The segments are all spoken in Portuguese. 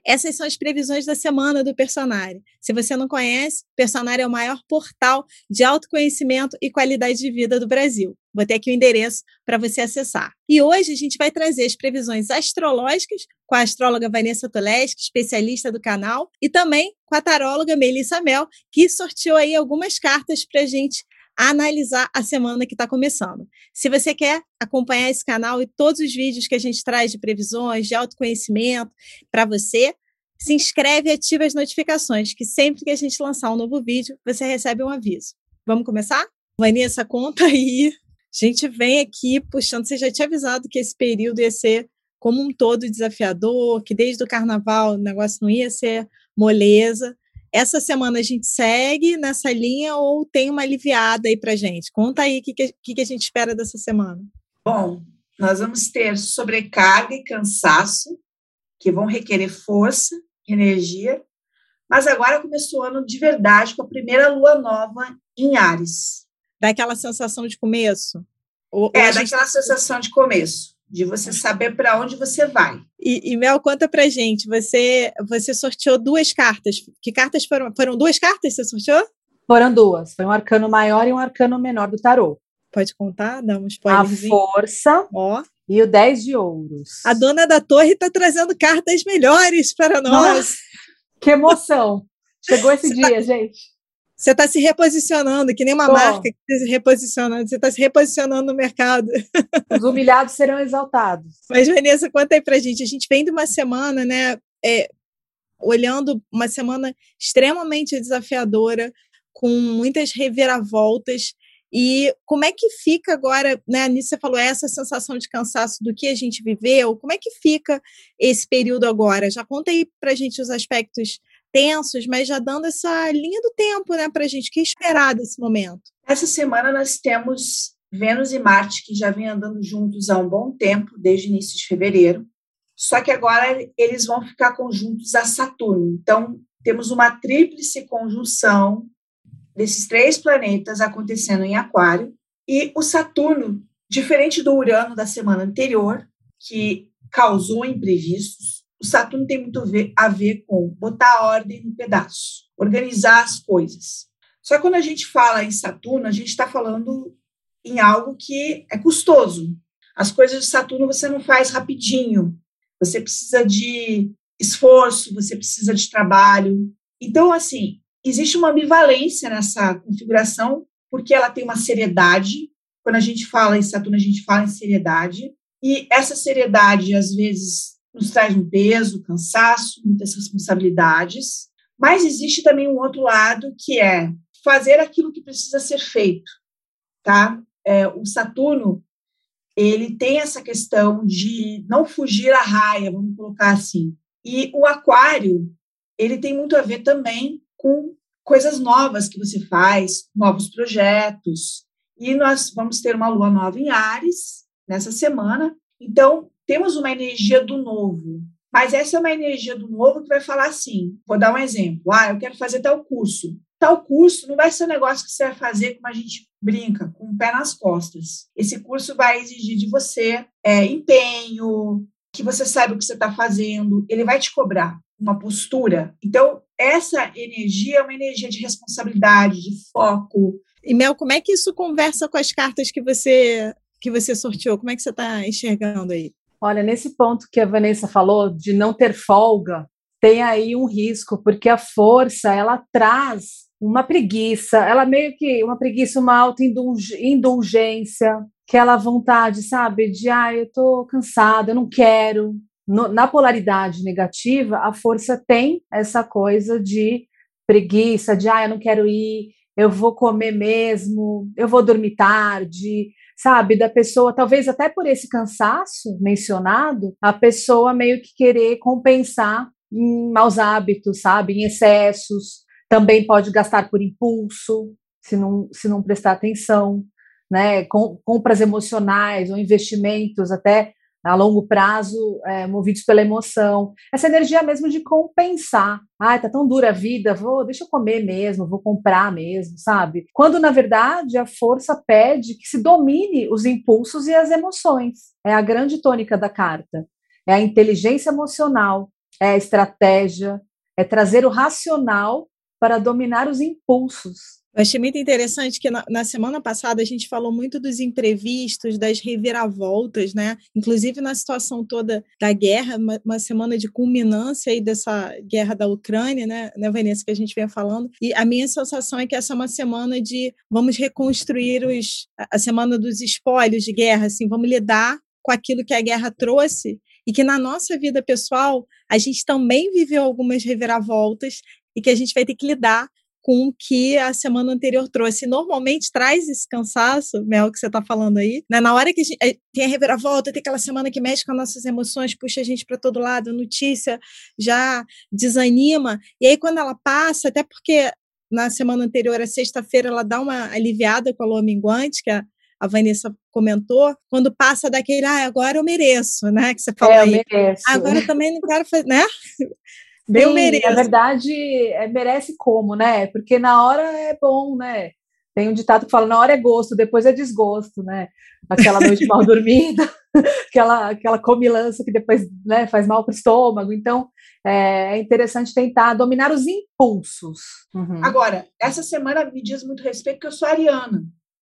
Essas são as previsões da semana do Personare. Se você não conhece, Personare é o maior portal de autoconhecimento e qualidade de vida do Brasil. Vou ter aqui o endereço para você acessar. E hoje a gente vai trazer as previsões astrológicas com a astróloga Vanessa Tuleski, especialista do canal, e também com a taróloga Melissa Mel, que sorteou aí algumas cartas para a gente analisar a semana que está começando. Se você quer acompanhar esse canal e todos os vídeos que a gente traz de previsões, de autoconhecimento para você, se inscreve e ativa as notificações, que sempre que a gente lançar um novo vídeo, você recebe um aviso. Vamos começar? Vanessa, conta aí. A gente vem aqui puxando, você já tinha avisado que esse período ia ser como um todo desafiador, que desde o carnaval o negócio não ia ser moleza. Essa semana a gente segue nessa linha ou tem uma aliviada aí pra gente? Conta aí o que a gente espera dessa semana. Bom, nós vamos ter sobrecarga e cansaço, que vão requerer força, energia, mas agora começou o ano de verdade com a primeira lua nova em Áries. Dá aquela sensação de começo? Daquela sensação de começo, de você saber para onde você vai. E Mel, conta pra gente, você sorteou 2 cartas. Que cartas foram? Foram 2 cartas que você sorteou? Foram 2. Foi um arcano maior e um arcano menor do tarô. Pode contar? Dá um spoilerzinho. A força e o 10 de ouros. A dona da torre está trazendo cartas melhores para nós. Nossa, que emoção. Chegou esse dia, gente. Você está se reposicionando, que nem uma marca que está se reposicionando. Você está se reposicionando no mercado. Os humilhados serão exaltados. Mas, Vanessa, conta aí pra gente. A gente vem de uma semana, né, olhando uma semana extremamente desafiadora, com muitas reviravoltas. E como é que fica agora, né, a Anícia falou, essa sensação de cansaço do que a gente viveu, como é que fica esse período agora? Já conta aí pra gente os aspectos tensos, mas já dando essa linha do tempo, né, pra gente, o que esperar desse momento? Essa semana nós temos Vênus e Marte, que já vêm andando juntos há um bom tempo, desde o início de fevereiro, só que agora eles vão ficar conjuntos a Saturno. Então, temos uma tríplice conjunção desses 3 planetas acontecendo em Aquário, e o Saturno, diferente do Urano da semana anterior, que causou imprevistos, o Saturno tem muito a ver com botar ordem no pedaço, organizar as coisas. Só que quando a gente fala em Saturno, a gente está falando em algo que é custoso. As coisas de Saturno você não faz rapidinho, você precisa de esforço, você precisa de trabalho. Então, assim, existe uma ambivalência nessa configuração, porque ela tem uma seriedade. Quando a gente fala em Saturno, a gente fala em seriedade. E essa seriedade, às vezes, nos traz um peso, cansaço, muitas responsabilidades. Mas existe também um outro lado, que é fazer aquilo que precisa ser feito. Tá? O Saturno, ele tem essa questão de não fugir à raia, vamos colocar assim. E o Aquário, ele tem muito a ver também com coisas novas que você faz, novos projetos. E nós vamos ter uma lua nova em Áries nessa semana. Então, temos uma energia do novo. Mas essa é uma energia do novo que vai falar assim, vou dar um exemplo. Eu quero fazer tal curso. Tal curso não vai ser um negócio que você vai fazer, como a gente brinca, com o pé nas costas. Esse curso vai exigir de você empenho, que você saiba o que você está fazendo. Ele vai te cobrar uma postura. Então, essa energia é uma energia de responsabilidade, de foco. E, Mel, como é que isso conversa com as cartas que você sorteou? Como é que você está enxergando aí? Olha, nesse ponto que a Vanessa falou, de não ter folga, tem aí um risco, porque a força, ela traz uma preguiça, ela meio que uma preguiça, uma autoindulgência, aquela vontade, sabe, de eu tô cansada, eu não quero. Na polaridade negativa, a força tem essa coisa de preguiça, de eu não quero ir, eu vou comer mesmo, eu vou dormir tarde, sabe, da pessoa, talvez até por esse cansaço mencionado, a pessoa meio que querer compensar em maus hábitos, sabe, em excessos, também pode gastar por impulso, se não prestar atenção, né, compras emocionais ou investimentos até a longo prazo, movidos pela emoção, essa energia mesmo de compensar, tá tão dura a vida, deixa eu comer mesmo, vou comprar mesmo, sabe? Quando, na verdade, a força pede que se domine os impulsos e as emoções, é a grande tônica da carta, é a inteligência emocional, é estratégia, é trazer o racional para dominar os impulsos. Eu achei muito interessante que na semana passada a gente falou muito dos imprevistos, das reviravoltas, né? Inclusive na situação toda da guerra, uma semana de culminância aí dessa guerra da Ucrânia, né, Vanessa, que a gente vem falando. E a minha sensação é que essa é uma semana de vamos reconstruir a semana dos espólios de guerra, assim, vamos lidar com aquilo que a guerra trouxe e que na nossa vida pessoal a gente também viveu algumas reviravoltas e que a gente vai ter que lidar com o que a semana anterior trouxe. Normalmente traz esse cansaço, Mel, que você está falando aí, né? Na hora que tem a reviravolta, tem aquela semana que mexe com as nossas emoções, puxa a gente para todo lado, a notícia já desanima, e aí quando ela passa, até porque na semana anterior, a sexta-feira, ela dá uma aliviada com a lua minguante, que a Vanessa comentou, quando passa daquele, agora eu mereço, né, que você falou aí. Eu mereço. Agora eu também não quero fazer, né? Eu mereço. Na verdade, merece como, né? Porque na hora é bom, né? Tem um ditado que fala, na hora é gosto, depois é desgosto, né? Aquela noite mal dormida, aquela comilança que depois, né, faz mal para o estômago. Então, é interessante tentar dominar os impulsos. Uhum. Agora, essa semana me diz muito respeito, porque eu sou ariana.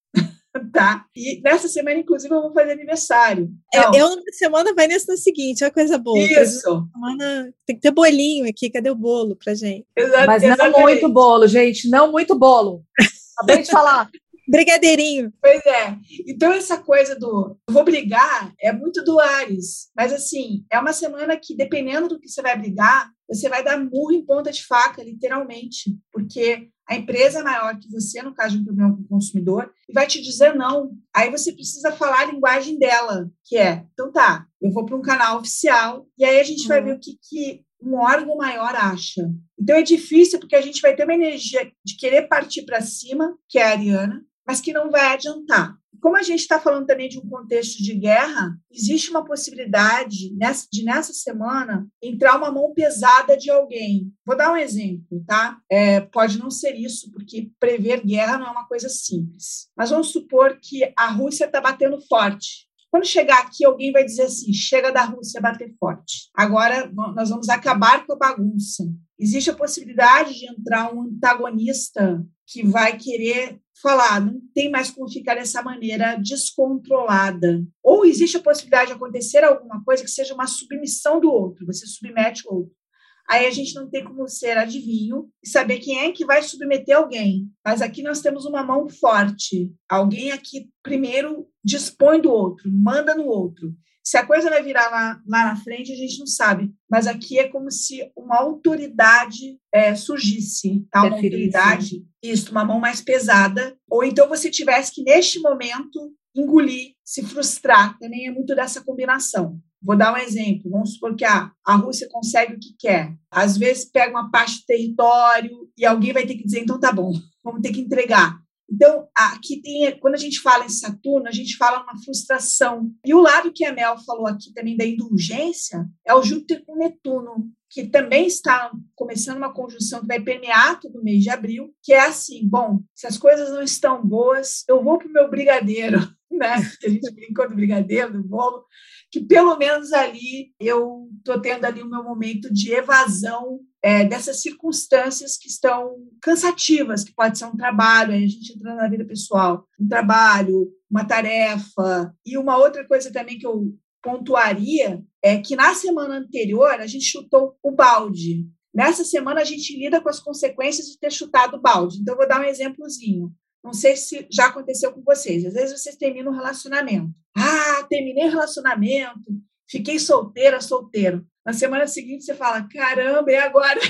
Tá? E nessa semana, inclusive, eu vou fazer aniversário. Então, eu na semana vai nessa seguinte, olha a coisa boa. Isso. Semana, tem que ter bolinho aqui, cadê o bolo pra gente? Mas não exatamente. Muito bolo, gente, não muito bolo. Acabei de falar. Brigadeirinho. Pois é. Então, essa coisa do vou brigar é muito do Áries. Mas, assim, é uma semana que, dependendo do que você vai brigar, você vai dar murro em ponta de faca, literalmente. Porque a empresa é maior que você, no caso de um problema com o consumidor, e vai te dizer não. Aí você precisa falar a linguagem dela, que é, então tá, eu vou para um canal oficial, e aí a gente vai ver o que um órgão maior acha. Então é difícil, porque a gente vai ter uma energia de querer partir para cima, que é a ariana, mas que não vai adiantar. Como a gente está falando também de um contexto de guerra, existe uma possibilidade de nessa semana entrar uma mão pesada de alguém. Vou dar um exemplo, tá? Pode não ser isso, porque prever guerra não é uma coisa simples. Mas vamos supor que a Rússia está batendo forte. Quando chegar aqui, alguém vai dizer assim, chega da Rússia bater forte. Agora nós vamos acabar com a bagunça. Existe a possibilidade de entrar um antagonista que vai querer falar, não tem mais como ficar dessa maneira descontrolada. Ou existe a possibilidade de acontecer alguma coisa que seja uma submissão do outro, você submete o outro. Aí a gente não tem como ser adivinho e saber quem é que vai submeter alguém. Mas aqui nós temos uma mão forte. Alguém aqui primeiro dispõe do outro, manda no outro. Se a coisa vai virar lá na frente, a gente não sabe. Mas aqui é como se uma autoridade surgisse. Tá? Uma autoridade, isso, uma mão mais pesada. Ou então você tivesse que, neste momento, engolir, se frustrar. Também é muito dessa combinação. Vou dar um exemplo. Vamos supor que a Rússia consegue o que quer. Às vezes pega uma parte do território e alguém vai ter que dizer, então tá bom, vamos ter que entregar. Então, aqui quando a gente fala em Saturno, a gente fala uma frustração. E o lado que a Mel falou aqui também da indulgência é o Júpiter com Netuno, que também está começando uma conjunção que vai permear todo o mês de abril, que é assim, bom, se as coisas não estão boas, eu vou para o meu brigadeiro, né? A gente brincou do brigadeiro, do bolo, que pelo menos ali eu estou tendo ali o meu momento de evasão dessas circunstâncias que estão cansativas, que pode ser um trabalho, aí a gente entra na vida pessoal, um trabalho, uma tarefa, e uma outra coisa também que eu pontuaria é que na semana anterior a gente chutou o balde. Nessa semana a gente lida com as consequências de ter chutado o balde. Então, eu vou dar um exemplozinho. Não sei se já aconteceu com vocês. Às vezes vocês terminam um relacionamento. Terminei o relacionamento, fiquei solteira, solteiro. Na semana seguinte você fala, caramba, e agora?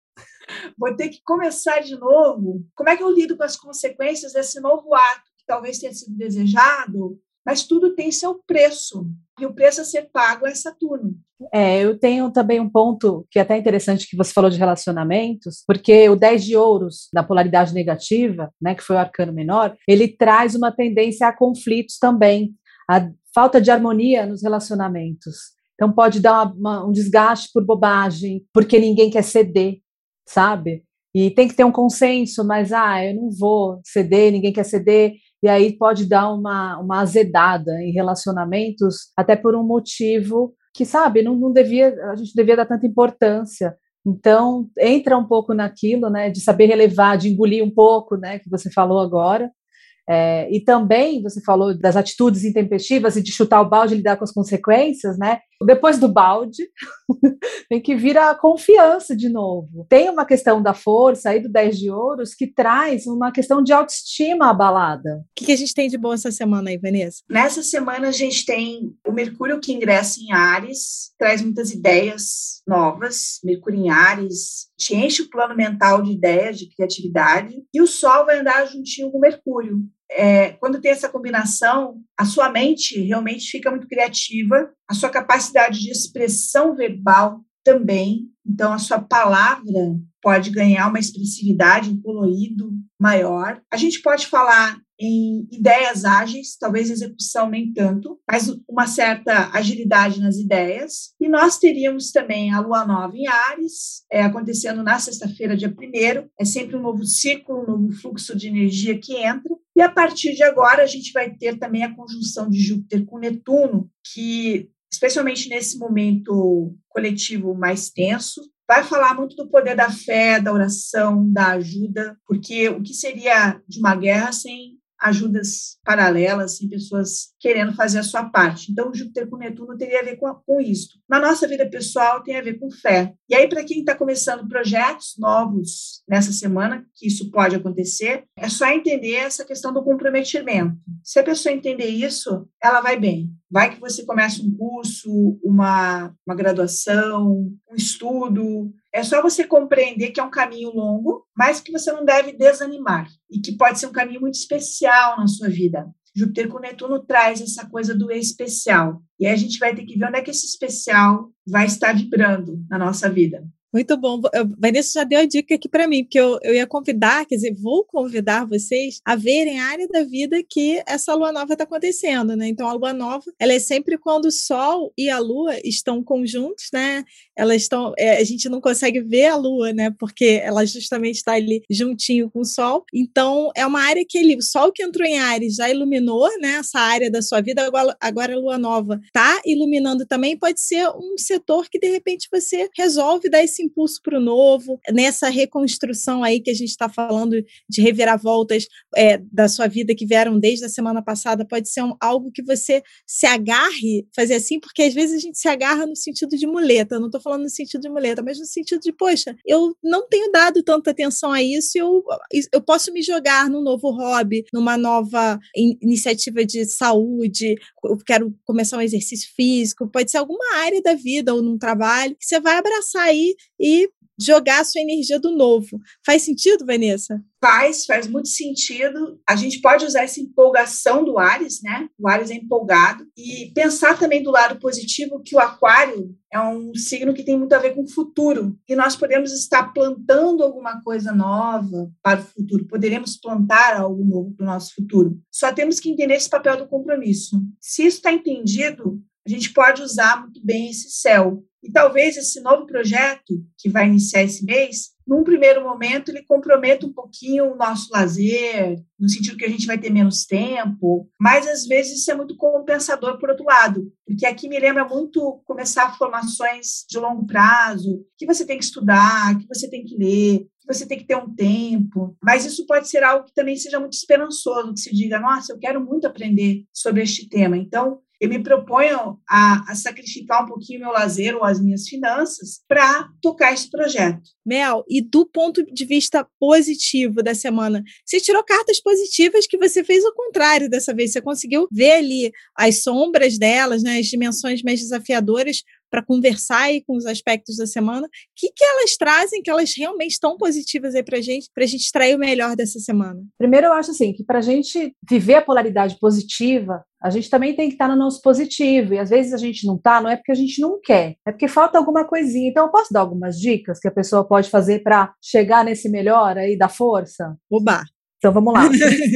Vou ter que começar de novo. Como é que eu lido com as consequências desse novo ato que talvez tenha sido desejado? Mas tudo tem seu preço. E o preço a ser pago é Saturno. Eu tenho também um ponto que é até interessante que você falou de relacionamentos, porque o 10 de ouros, da polaridade negativa, né, que foi o arcano menor, ele traz uma tendência a conflitos também, a falta de harmonia nos relacionamentos. Então pode dar um desgaste por bobagem, porque ninguém quer ceder, sabe? E tem que ter um consenso, mas eu não vou ceder, ninguém quer ceder, e aí pode dar uma azedada em relacionamentos, até por um motivo sabe, não devia, a gente devia dar tanta importância. Então, entra um pouco naquilo, né, de saber relevar, de engolir um pouco, né, que você falou agora. E também você falou das atitudes intempestivas e de chutar o balde e lidar com as consequências, né? Depois do balde, tem que vir a confiança de novo. Tem uma questão da força aí do 10 de ouros que traz uma questão de autoestima abalada. O que a gente tem de bom essa semana aí, Vanessa? Nessa semana a gente tem o Mercúrio que ingressa em Áries, traz muitas ideias novas. Mercúrio em Áries te enche o plano mental de ideias, de criatividade, e o Sol vai andar juntinho com o Mercúrio. Quando tem essa combinação, a sua mente realmente fica muito criativa, a sua capacidade de expressão verbal também. Então, a sua palavra pode ganhar uma expressividade, um colorido maior. A gente pode falar em ideias ágeis, talvez execução nem tanto, mas uma certa agilidade nas ideias. E nós teríamos também a Lua Nova em Áries, acontecendo na sexta-feira, dia 1º. É sempre um novo ciclo, um novo fluxo de energia que entra. E a partir de agora, a gente vai ter também a conjunção de Júpiter com Netuno, que, especialmente nesse momento coletivo mais tenso, vai falar muito do poder da fé, da oração, da ajuda, porque o que seria de uma guerra sem ajudas paralelas, sem pessoas querendo fazer a sua parte. Então, o Júpiter com Netuno teria a ver com isso. Na nossa vida pessoal, tem a ver com fé. E aí, para quem está começando projetos novos nessa semana, que isso pode acontecer, é só entender essa questão do comprometimento. Se a pessoa entender isso, ela vai bem. Vai que você começa um curso, uma graduação, um estudo. É só você compreender que é um caminho longo, mas que você não deve desanimar e que pode ser um caminho muito especial na sua vida. Júpiter com Netuno traz essa coisa do especial. E aí a gente vai ter que ver onde é que esse especial vai estar vibrando na nossa vida. Muito bom. Vanessa já deu a dica aqui para mim, porque eu ia convidar, quer dizer, vou convidar vocês a verem a área da vida que essa lua nova está acontecendo, né? Então, a lua nova, ela é sempre quando o Sol e a Lua estão conjuntos, né? Elas estão, a gente não consegue ver a Lua, né? Porque ela justamente está ali juntinho com o Sol. Então, é uma área que o Sol que entrou em Áries já iluminou, né? Essa área da sua vida. Agora a lua nova está iluminando também. Pode ser um setor que, de repente, você resolve dar esse impulso para o novo, nessa reconstrução aí que a gente está falando de reviravoltas da sua vida que vieram desde a semana passada, pode ser algo que você se agarre, fazer assim, porque às vezes a gente se agarra no sentido de muleta, não estou falando no sentido de muleta, mas no sentido de, poxa, eu não tenho dado tanta atenção a isso, eu posso me jogar num novo hobby, numa nova iniciativa de saúde, eu quero começar um exercício físico, pode ser alguma área da vida ou num trabalho, que você vai abraçar aí e jogar a sua energia do novo. Faz sentido, Vanessa? Faz muito sentido. A gente pode usar essa empolgação do Áries, né? O Áries é empolgado. E pensar também do lado positivo que o Aquário é um signo que tem muito a ver com o futuro. E nós podemos estar plantando alguma coisa nova para o futuro. Poderemos plantar algo novo para o nosso futuro. Só temos que entender esse papel do compromisso. Se isso está entendido, a gente pode usar muito bem esse céu. E talvez esse novo projeto que vai iniciar esse mês, num primeiro momento, ele comprometa um pouquinho o nosso lazer, no sentido que a gente vai ter menos tempo, mas às vezes isso é muito compensador por outro lado, porque aqui me lembra muito começar formações de longo prazo, que você tem que estudar, que você tem que ler, que você tem que ter um tempo, mas isso pode ser algo que também seja muito esperançoso, que se diga, nossa, eu quero muito aprender sobre este tema, então eu me proponho a sacrificar um pouquinho meu lazer ou as minhas finanças para tocar esse projeto. Mel, e do ponto de vista positivo da semana, você tirou cartas positivas que você fez o contrário dessa vez, você conseguiu ver ali as sombras delas, né, as dimensões mais desafiadoras para conversar aí com os aspectos da semana. O que elas trazem, que elas realmente estão positivas aí para a gente extrair o melhor dessa semana? Primeiro, eu acho assim, que para a gente viver a polaridade positiva, a gente também tem que estar no nosso positivo, e às vezes a gente não está, não é porque a gente não quer, é porque falta alguma coisinha. Então, eu posso dar algumas dicas que a pessoa pode fazer para chegar nesse melhor aí da força? Oba! Então, vamos lá.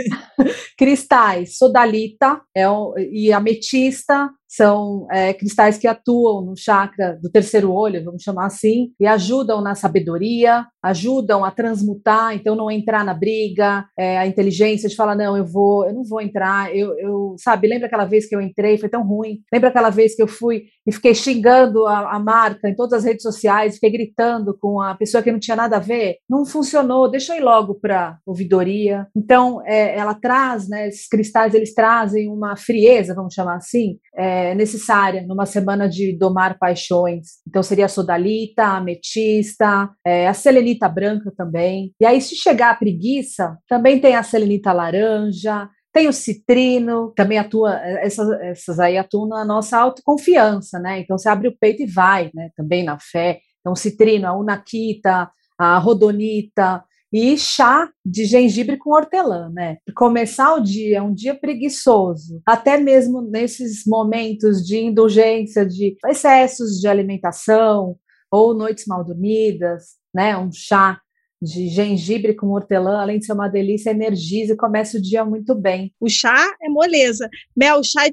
Cristais, sodalita e ametista são cristais que atuam no chakra do terceiro olho, vamos chamar assim, e ajudam na sabedoria, ajudam a transmutar, então não entrar na briga, a inteligência de falar, não, eu não vou entrar, sabe, lembra aquela vez que eu entrei, foi tão ruim, lembra aquela vez que eu fui e fiquei xingando a marca em todas as redes sociais, fiquei gritando com a pessoa que não tinha nada a ver, não funcionou, deixa eu ir logo para ouvidoria. Então, ela traz, né, esses cristais, eles trazem uma frieza, vamos chamar assim, necessária numa semana de domar paixões. Então, seria a sodalita, a ametista, a selenita branca também. E aí, se chegar a preguiça, também tem a selenita laranja, tem o citrino, também atua, essas aí atuam na nossa autoconfiança, né? Então você abre o peito e vai, né? Também na fé. Então, o citrino, a unaquita, a rodonita e chá de gengibre com hortelã, né? Começar o dia, é um dia preguiçoso, até mesmo nesses momentos de indulgência, de excessos de alimentação ou noites mal dormidas, né? Um chá de gengibre com hortelã, além de ser uma delícia, energiza e começa o dia muito bem. O chá é moleza. Mel, chá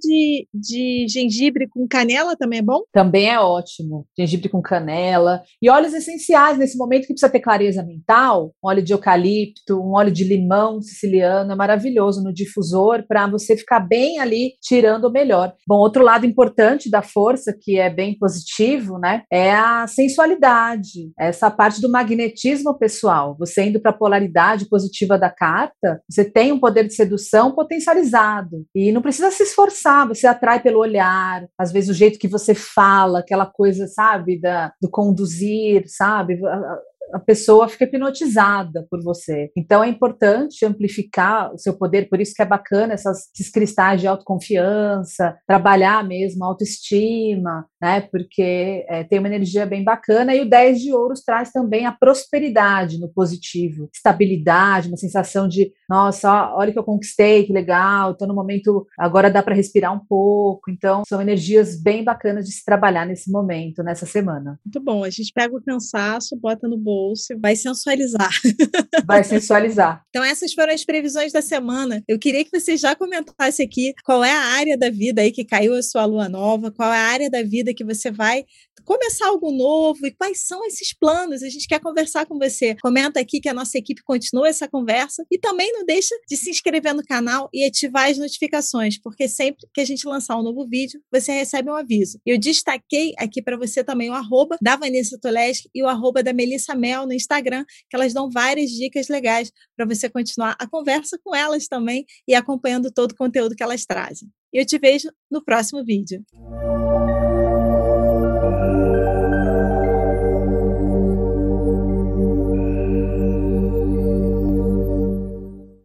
de gengibre com canela também é bom? Também é ótimo. Gengibre com canela. E óleos essenciais, nesse momento que precisa ter clareza mental, um óleo de eucalipto, um óleo de limão siciliano, é maravilhoso no difusor para você ficar bem ali, tirando o melhor. Bom, outro lado importante da força, que é bem positivo, né, é a sensualidade, essa parte do magnetismo pessoal. Você indo para a polaridade positiva da carta, você tem um poder de sedução potencializado e não precisa se esforçar, você atrai pelo olhar, às vezes o jeito que você fala, aquela coisa, sabe, do conduzir, sabe, a pessoa fica hipnotizada por você. Então é importante amplificar o seu poder, por isso que é bacana esses cristais de autoconfiança, trabalhar mesmo a autoestima, né? Porque tem uma energia bem bacana. E o 10 de ouros traz também a prosperidade no positivo, estabilidade, uma sensação de, nossa, olha o que eu conquistei, que legal, estou no momento, agora dá para respirar um pouco. Então são energias bem bacanas de se trabalhar nesse momento, nessa semana. Muito bom, a gente pega o cansaço, bota no bolso, vai sensualizar. Vai sensualizar. Então essas foram as previsões da semana. Eu queria que você já comentasse aqui qual é a área da vida aí que caiu a sua lua nova, qual é a área da vida que você vai começar algo novo e quais são esses planos. A gente quer conversar com você. Comenta aqui que a nossa equipe continua essa conversa e também não deixa de se inscrever no canal e ativar as notificações, porque sempre que a gente lançar um novo vídeo, você recebe um aviso. Eu destaquei aqui para você também o @ da Vanessa Toleschi e o @ da Melissa Mel no Instagram, que elas dão várias dicas legais para você continuar a conversa com elas também e acompanhando todo o conteúdo que elas trazem. Eu te vejo no próximo vídeo.